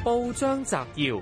報章摘要：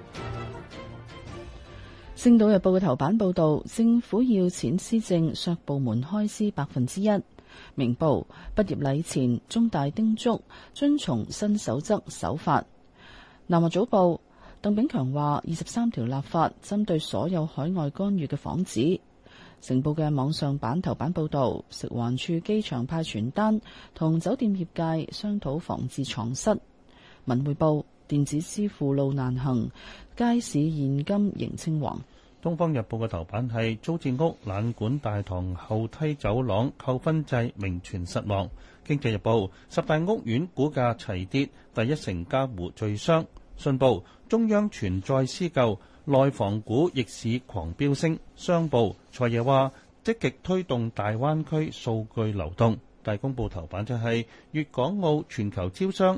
星島日報嘅頭版報道，政府要錢施政，削部門開支1%。明報畢業禮前，中大叮囑遵從新守則守法。南華早報鄧炳強話，23條立法針對所有海外干預嘅幌子。成報嘅網上版頭版報道，食環署機場派傳單同酒店業界商討防治床蝨。文匯報電子支付路難行，街市現金仍稱王。 東方日報嘅頭版係租置屋懶管大堂後梯走廊扣分制名存實亡。經濟日報10大屋苑股價齊跌，第一成家戶最傷。信報中央全再施救，內房股逆市狂飆升。商報財爺話積極推動大灣區數據流動。大公報頭版就係粵港澳全球招商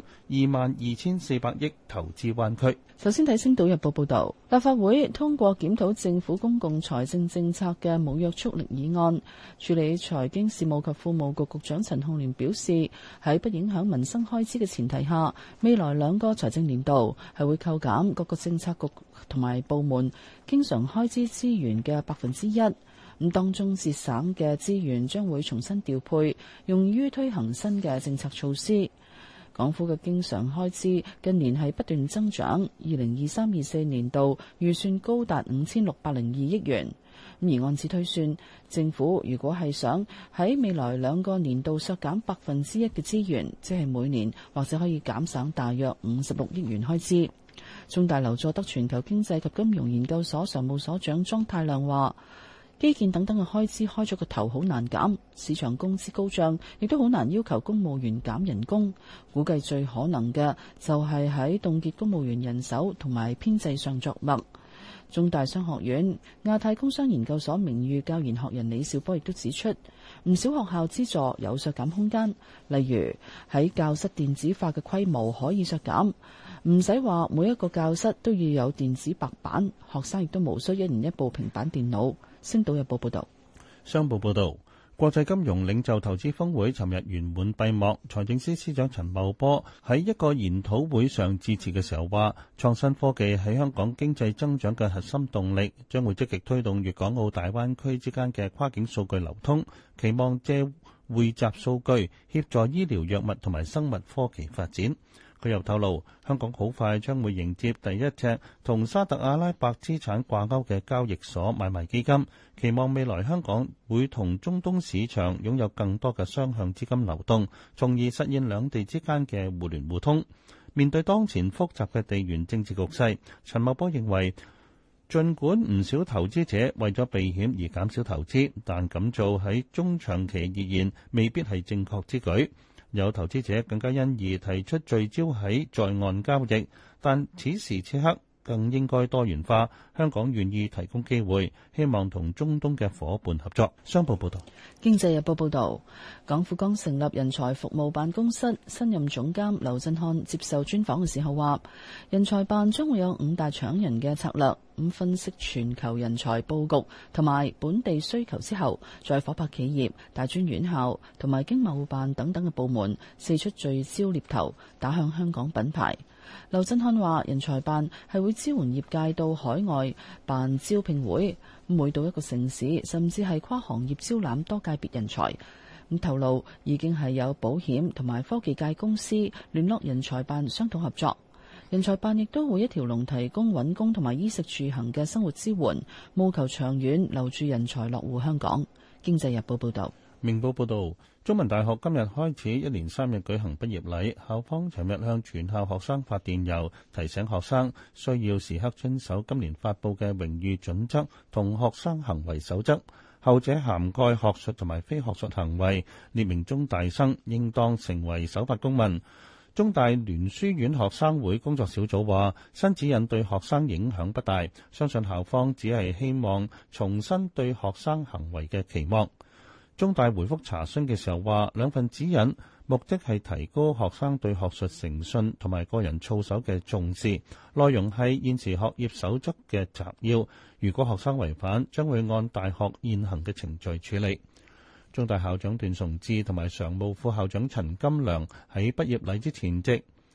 22,400億投資灣區。 首先睇《星島日報》報導，立法會通過檢討政府公共財政政策嘅無約束力議案。處理財經事務及庫務局局長陳浩濂表示，喺不影響民生開支嘅前提下，未來2個財政年度係會扣減各個政策局同埋部門經常開支資源嘅1%。咁當中節省嘅資源將會重新調配，用於推行新嘅政策措施。港府嘅經常開支近年係不斷增長，2023-24年度預算高達5602億元。而按此推算，政府如果係想喺未來2個年度削減1%嘅資源，即係每年或者可以減省大約56億元開支。中大劉佐德全球經濟及金融研究所常務所長莊太量話，基建等等嘅開支開咗個頭好難減，市場工資高漲，亦都好難要求公務員減人工。估計最可能嘅就係喺凍結公務員人手同埋編制上作墨。中大商學院亞太工商研究所名譽教研學人李兆波亦都指出，唔少學校資助有削減空間，例如喺教室電子化嘅規模可以削減，唔使話每一個教室都要有電子白板，學生亦都無需一人一部平板電腦。星島日報報道。 商報報道，國際金融領袖投資峰會尋日圓滿閉幕。財政司司長陳茂波喺一個研討會上致辭嘅時候話，創新科技係香港經濟增長嘅核心動力，將會積極推動粵港澳大灣區之間嘅跨境數據流通，期望借匯集數據協助醫療藥物同埋生物科技發展。佢又透露，香港好快將會迎接第一隻同沙特阿拉伯資產掛鈎嘅交易所買賣基金，期望未來香港會同中東市場擁有更多嘅雙向資金流動，從而實現兩地之間嘅互聯互通。面對當前複雜嘅地緣政治局勢，陳茂波認為，儘管唔少投資者為咗避險而減少投資，但咁做喺中長期而言未必係正確之舉。有投資者更加因而提出聚焦喺在岸交易，但此時此刻更應該多元化。香港願意提供機會，希望同中東嘅伙伴合作。商報報道。 經濟日報報道，港府剛成立人才服務辦公室，新任總監劉振漢接受專訪嘅時候話，人才辦將會有5大搶人嘅策略，咁分析全球人才佈局同埋本地需求之後，再夥拍企業、大專院校同埋經貿辦等等嘅部門，四出聚焦獵頭，打向香港品牌。劉振漢話，人才辦係會支援業界到海外辦招聘會，每到一個城市，甚至係跨行業招攬多界別人才。咁透露已經係有保險同埋科技界公司聯絡人才辦商討合作。人才辦亦都會一條龍提供揾工同埋衣食住行嘅生活支援，務求長遠留住人才落戶香港。經濟日報報道。 明報報導，中文大學今日開始1連3日舉行畢業禮，校方尋日向全校學生發電郵，提醒學生需要時刻遵守今年發布嘅榮譽準則同學生行為守則，後者涵蓋學術同埋非學術行為，列明中大生應當成為守法公民。中大聯書院學生會工作小組話，新指引對學生影響不大，相信校方只係希望重申對學生行為嘅期望。中大回覆查詢嘅時候話，兩份指引目的係提高學生對學術誠信同埋個人操守嘅重視，內容係現時學業守則嘅摘要。如果學生違反，將會按大學現行嘅程序處理。中大校長段崇智同埋常務副校長陳金良喺畢業禮之前夕，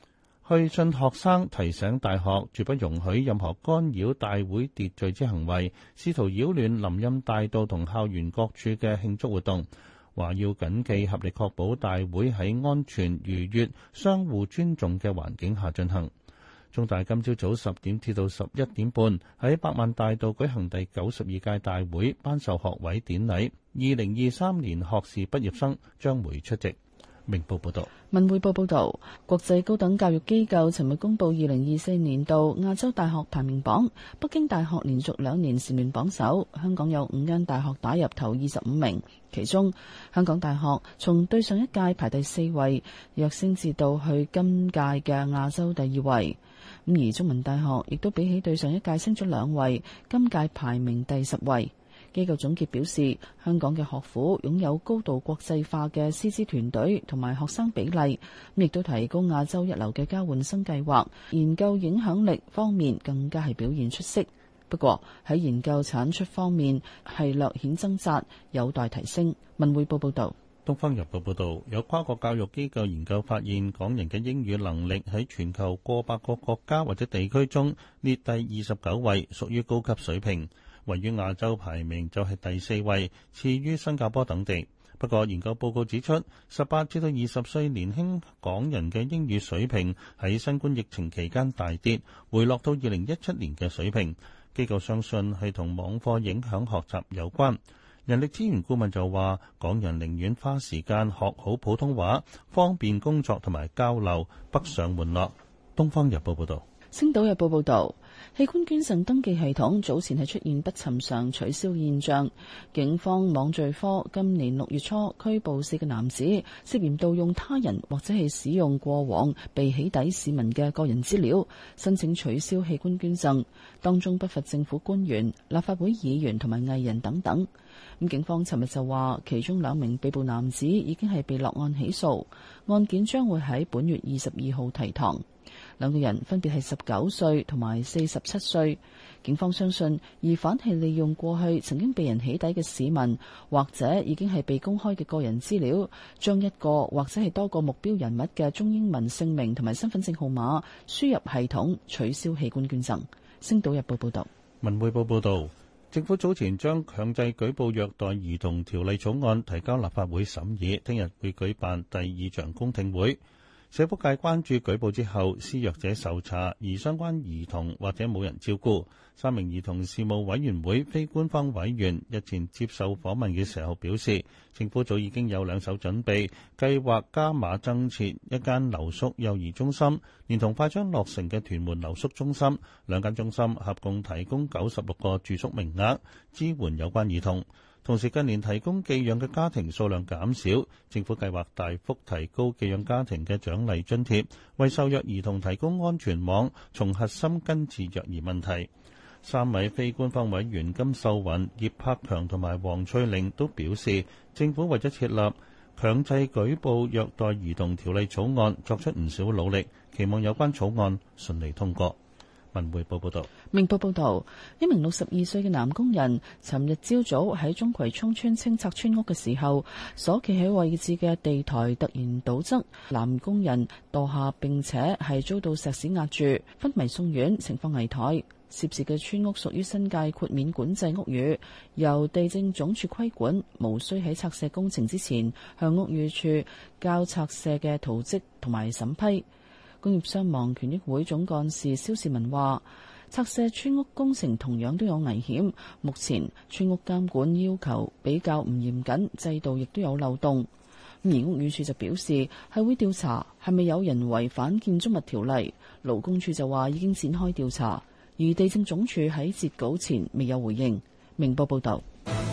去信學生提醒大學絕不容許任何干擾大會秩序之行為，試圖擾亂林蔭大道同校園各處嘅慶祝活動，話要謹記合力確保大會喺安全、愉悅、相互尊重嘅環境下進行。中大今朝早10點至到11點半喺百萬大道舉行第92屆大會頒授學位典禮，2023年學士畢業生將會出席。明報報道。 文匯報報道，國際高等教育機構尋日公布2024年度亞洲大學排名榜，北京大學連續2年蟬聯榜首，香港有5間大學打入頭25名，其中香港大學從對上一屆排第4位，躍升至到去今屆嘅亞洲第2位。咁而中文大學亦都比起對上一屆升咗2位，今屆排名第10位。機構總結表示，香港嘅學府擁有高度國際化嘅師資團隊同埋學生比例，亦都提供亞洲一流嘅交換生計劃，研究影響力方面更加係表現出色。不過喺研究產出方面係略顯掙扎，有待提升。文匯報報道。 東方日報報導，有跨國教育機構研究發現，港人嘅英語能力喺全球過百個國家或者地區中列第29位，屬於高級水平。位於亞洲排名就係第4位，次於新加坡等地。不過研究報告指出，18至到20歲年輕港人嘅英語水平喺新冠疫情期間大跌，回落到2017年嘅水平。機構相信係同網課影響學習有關。人力資源顧問就話，港人寧願花時間學好普通話，方便工作同埋交流，北上玩樂。東方日報報道。 星島日報報道，器官捐贈登記系統早前係出現不尋常取消現象，警方網罪科今年6月初拘捕4個男子，涉嫌盜用他人或者係使用過往被起底市民嘅個人資料，申請取消器官捐贈，當中不乏政府官員、立法會議員同埋藝人等等。咁警方尋日就話，其中2名被捕男子已經係被落案起訴，案件將會喺本月22號提堂。2個人分別係19歲同埋47歲。警方相信疑犯係利用過去曾經被人起底嘅市民，或者已經係被公開嘅個人資料，將一個或者係多個目標人物嘅中英文姓名同埋身份證號碼輸入系統，取消器官捐贈。星島日報報道。 文匯報報道，政府早前將強制舉報虐待兒童條例草案提交立法會審議，聽日會舉辦第2場公聽會。社福界關注舉報之後，施虐者受查，而相關兒童或者冇人照顧。3名兒童事務委員會非官方委員日前接受訪問嘅時候表示，政府早已經有2手準備，計劃加碼增設一間留宿幼兒中心，連同快將落成嘅屯門留宿中心，2間中心合共提供96個住宿名額，支援有關兒童。同時近年提供寄養嘅家庭數量減少，政府計劃大幅提高寄養家庭嘅獎勵津貼，為受虐兒童提供安全網，從核心根治虐兒問題。3位非官方委員金秀雲、葉柏強同埋黃翠玲都表示，政府為咗設立強制舉報虐待兒童條例草案作出唔少努力，期望有關草案順利通過。文匯報報道。 明報報道，一名62歲嘅男工人尋日朝早喺中葵涌村清拆村屋嘅時候，所企喺位置嘅地台突然倒側，男工人墮下並且係遭到石屎壓住，昏迷送院，情況危殆。涉事嘅村屋屬於新界豁免管制屋宇，由地政總署規管，無需喺拆卸工程之前向屋宇署交拆卸嘅圖則同埋審批。工業傷亡權益會總幹事蕭士文話，拆卸村屋工程同樣都有危險，目前村屋監管要求比較唔嚴謹，制度亦都有漏洞。而屋宇署就表示係會調查係咪有人違反建築物條例，勞工處就話已經展開調查，而地政總署喺截稿前未有回應。明報報道。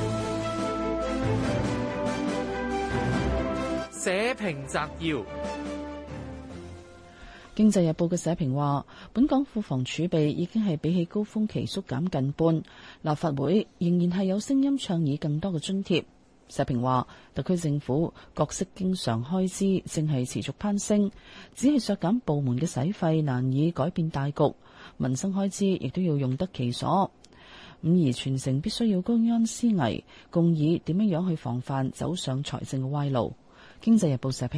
社評摘要。 經濟日報嘅社評話，本港庫房儲備已經係比起高峰期縮減近半，立法會仍然係有聲音倡議更多嘅津貼。社評話，特區政府各式經常開支正係持續攀升，只係削減部門嘅使費難以改變大局，民生開支亦都要用得其所。而全城必須要居安思危，共議點樣去防範走上財政嘅歪路。經濟日報社評。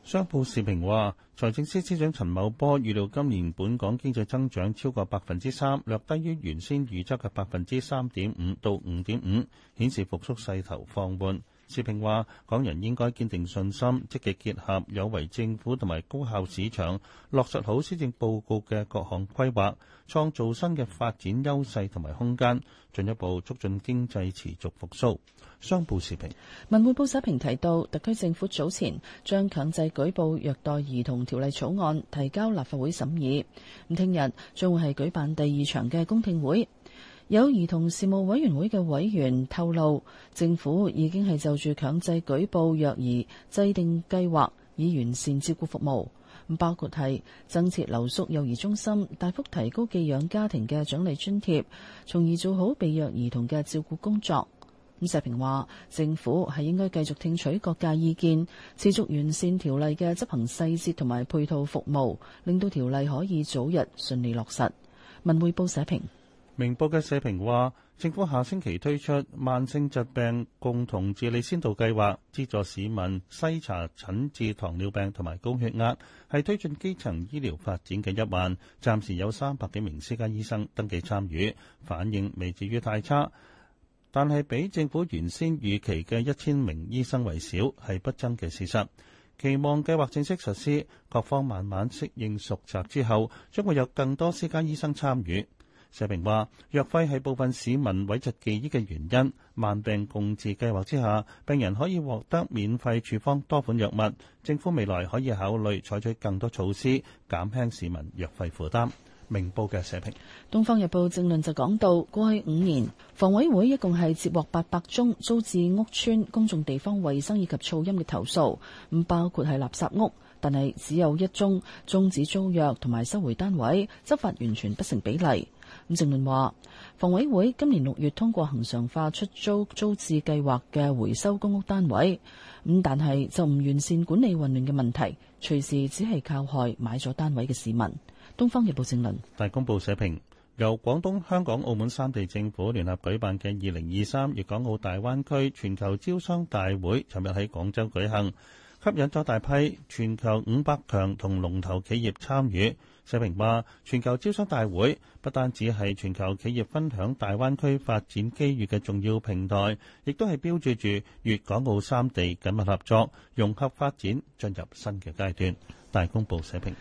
商報時評話，財政司司長陳茂波預料今年本港經濟增長超過3%，略低於原先預測嘅3.5%到5.5%，顯示復甦勢頭放緩。時評話，港人應該堅定信心，積極結合有為政府同埋高效市場，落實好施政報告嘅各項規劃，創造新嘅發展優勢同埋空間，進一步促進經濟持續復甦。商報時評。 文匯報社評提到，特區政府早前將強制舉報虐待兒童條例草案提交立法會審議，咁聽日將會係舉辦第2場嘅公聽會。有兒童事務委員會嘅委員透露，政府已經係就住強制舉報虐兒制定計劃，以完善照顧服務，包括係增設留宿幼兒中心，大幅提高寄養家庭嘅獎勵津貼，從而做好被虐兒童嘅照顧工作。咁社評話，政府係應該繼續聽取各界意見，持續完善條例嘅執行細節同埋配套服務，令到條例可以早日順利落實。文匯報社評。 明報嘅社評話，政府下星期推出慢性疾病共同治理先導計劃，資助市民篩查診治糖尿病同埋高血壓，係推進基層醫療發展嘅一環。暫時有300幾名私家醫生登記參與，反應未至於太差，但係比政府原先預期嘅1000名醫生為少，係不爭嘅事實。期望計劃正式實施，各方慢慢適應熟習之後，將會有更多私家醫生參與。社評話，藥費係部分市民諱疾忌醫嘅原因。慢病共治計劃之下，病人可以獲得免費處方多款藥物。政府未來可以考慮採取更多措施，減輕市民藥費負擔。明報嘅社評。 東方日報正論就講到，過去5年，房委會一共係接獲800宗租置屋邨公眾地方衛生以及噪音嘅投訴，咁包括係垃圾屋，但係只有1宗終止租約同埋收回單位，執法完全不成比例。咁正論話，房委會今年6月通過恆常化出租租置計劃嘅回收公屋單位，咁但係就唔完善管理混亂嘅問題，隨時只係靠害買咗單位嘅市民。東方日報正論。 大公報社評，由廣東、香港、澳門3地政府聯合舉辦嘅2023粵港澳大灣區全球招商大會，尋日喺廣州舉行，吸引咗大批全球500強同龍頭企業參與。社評話，全球招商大會不單止係全球企業分享大灣區發展機遇嘅重要平台，亦都係標誌住粵港澳3地緊密合作、融合發展進入新嘅階段。大公報社評。